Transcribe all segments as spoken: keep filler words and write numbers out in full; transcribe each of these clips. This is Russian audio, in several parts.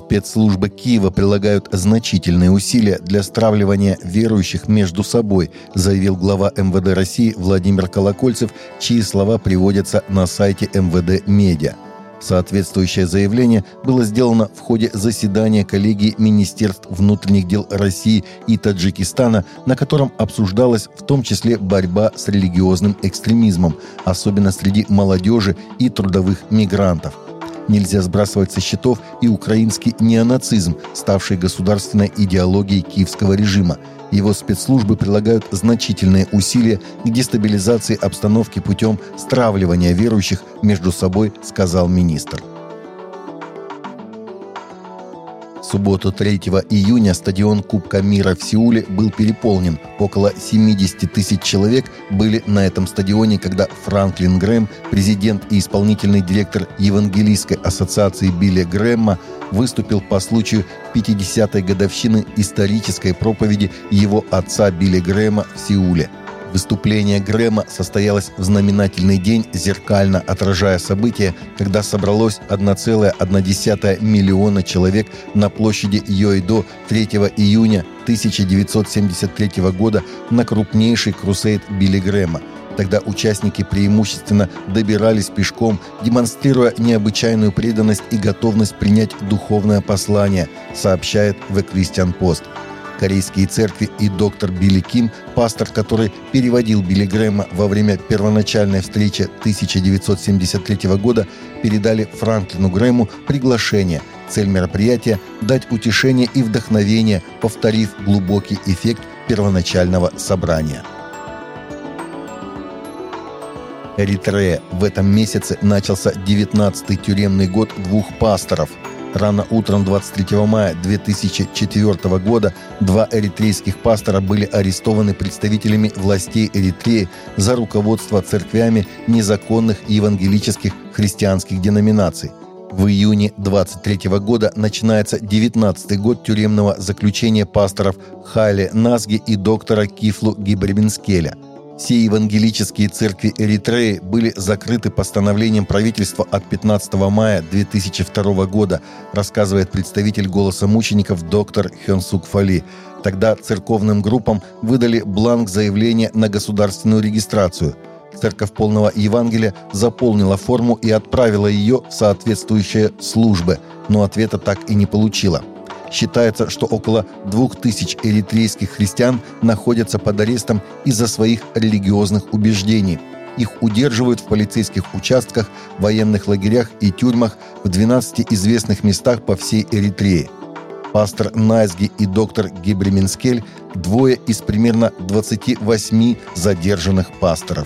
Спецслужбы Киева прилагают значительные усилия для стравливания верующих между собой, заявил глава эм вэ дэ России Владимир Колокольцев, чьи слова приводятся на сайте эм вэ дэ Медиа. Соответствующее заявление было сделано в ходе заседания коллегии Министерств внутренних дел России и Таджикистана, на котором обсуждалась в том числе борьба с религиозным экстремизмом, особенно среди молодежи и трудовых мигрантов. Нельзя сбрасывать со счетов и украинский неонацизм, ставший государственной идеологией киевского режима. Его спецслужбы прилагают значительные усилия к дестабилизации обстановки путем стравливания верующих между собой, сказал министр. В субботу третьего июня стадион Кубка мира в Сеуле был переполнен. Около семьдесят тысяч человек были на этом стадионе, когда Франклин Грэм, президент и исполнительный директор Евангелийской ассоциации Билли Грэма, выступил по случаю пятидесятой годовщины исторической проповеди его отца Билли Грэма в Сеуле. Выступление Грэма состоялось в знаменательный день, зеркально отражая события, когда собралось одна целая одна десятая миллиона человек на площади Йойдо третьего июня тысяча девятьсот семьдесят третьего года на крупнейший крусейд Билли Грэма. Тогда участники преимущественно добирались пешком, демонстрируя необычайную преданность и готовность принять духовное послание, сообщает The Christian Post. Корейские церкви и доктор Билли Ким, пастор, который переводил Билли Грэма во время первоначальной встречи тысяча девятьсот семьдесят третьего года, передали Франклину Грэму приглашение. Цель мероприятия – дать утешение и вдохновение, повторив глубокий эффект первоначального собрания. Эритрея. В этом месяце начался девятнадцатый тюремный год двух пасторов. Рано утром двадцать третьего мая две тысячи четвёртого года два эритрейских пастора были арестованы представителями властей Эритреи за руководство церквями незаконных евангелических христианских деноминаций. В июне двадцать третьего года начинается девятнадцатый год тюремного заключения пасторов Хайле Назги и доктора Кифлу Гибребинскеля. Все евангелические церкви Эритреи были закрыты постановлением правительства от пятнадцатого мая две тысячи второго года, рассказывает представитель «Голоса мучеников» доктор Хёнсук Фали. Тогда церковным группам выдали бланк заявления на государственную регистрацию. Церковь полного Евангелия заполнила форму и отправила ее в соответствующие службы, но ответа так и не получила. Считается, что около двух тысяч эритрейских христиан находятся под арестом из-за своих религиозных убеждений. Их удерживают в полицейских участках, военных лагерях и тюрьмах в двенадцати известных местах по всей Эритрее. Пастор Найзги и доктор Гибребинскель – двое из примерно двадцати восьми задержанных пасторов.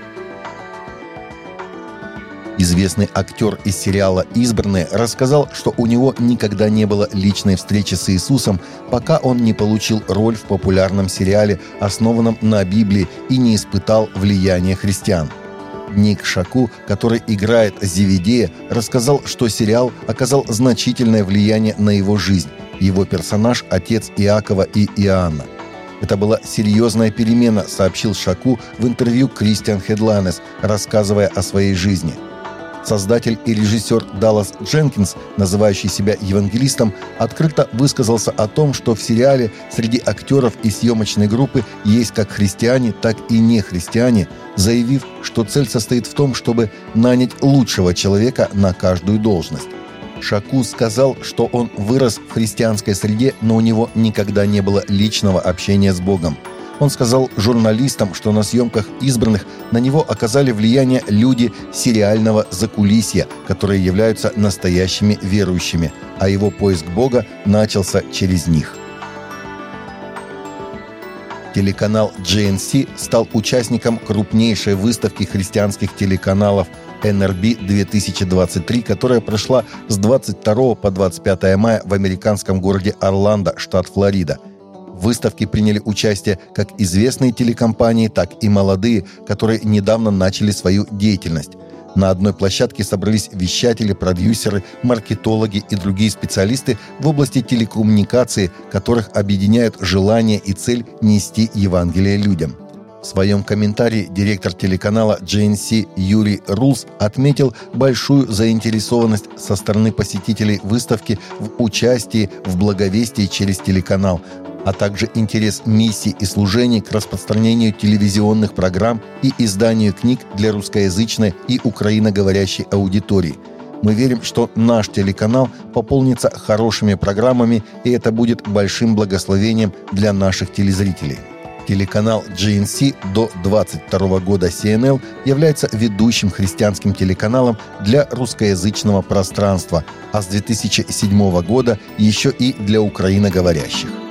Известный актер из сериала «Избранные» рассказал, что у него никогда не было личной встречи с Иисусом, пока он не получил роль в популярном сериале, основанном на Библии, и не испытал влияния христиан. Ник Шаку, который играет Зеведея, рассказал, что сериал оказал значительное влияние на его жизнь. Его персонаж – отец Иакова и Иоанна. Это была серьезная перемена, сообщил Шаку в интервью Christian Headlines, рассказывая о своей жизни. Создатель и режиссер Даллас Дженкинс, называющий себя евангелистом, открыто высказался о том, что в сериале среди актеров и съемочной группы есть как христиане, так и нехристиане, заявив, что цель состоит в том, чтобы нанять лучшего человека на каждую должность. Шаку сказал, что он вырос в христианской среде, но у него никогда не было личного общения с Богом. Он сказал журналистам, что на съемках «Избранных» на него оказали влияние люди сериального закулисья, которые являются настоящими верующими, а его поиск Бога начался через них. Телеканал джи эн си стал участником крупнейшей выставки христианских телеканалов эн эр би две тысячи двадцать три, которая прошла с двадцать второго по двадцать пятое мая в американском городе Орландо, штат Флорида. В выставке приняли участие как известные телекомпании, так и молодые, которые недавно начали свою деятельность. На одной площадке собрались вещатели, продюсеры, маркетологи и другие специалисты в области телекоммуникации, которых объединяют желание и цель нести Евангелие людям. В своем комментарии директор телеканала джи эн си Юрий Рулс отметил большую заинтересованность со стороны посетителей выставки в участии в благовестии через телеканал, а также интерес миссий и служений к распространению телевизионных программ и изданию книг для русскоязычной и украиноговорящей аудитории. Мы верим, что наш телеканал пополнится хорошими программами, и это будет большим благословением для наших телезрителей. Телеканал джи эн си до двадцать второго года си эн эл является ведущим христианским телеканалом для русскоязычного пространства, а с две тысячи седьмого года еще и для украиноговорящих.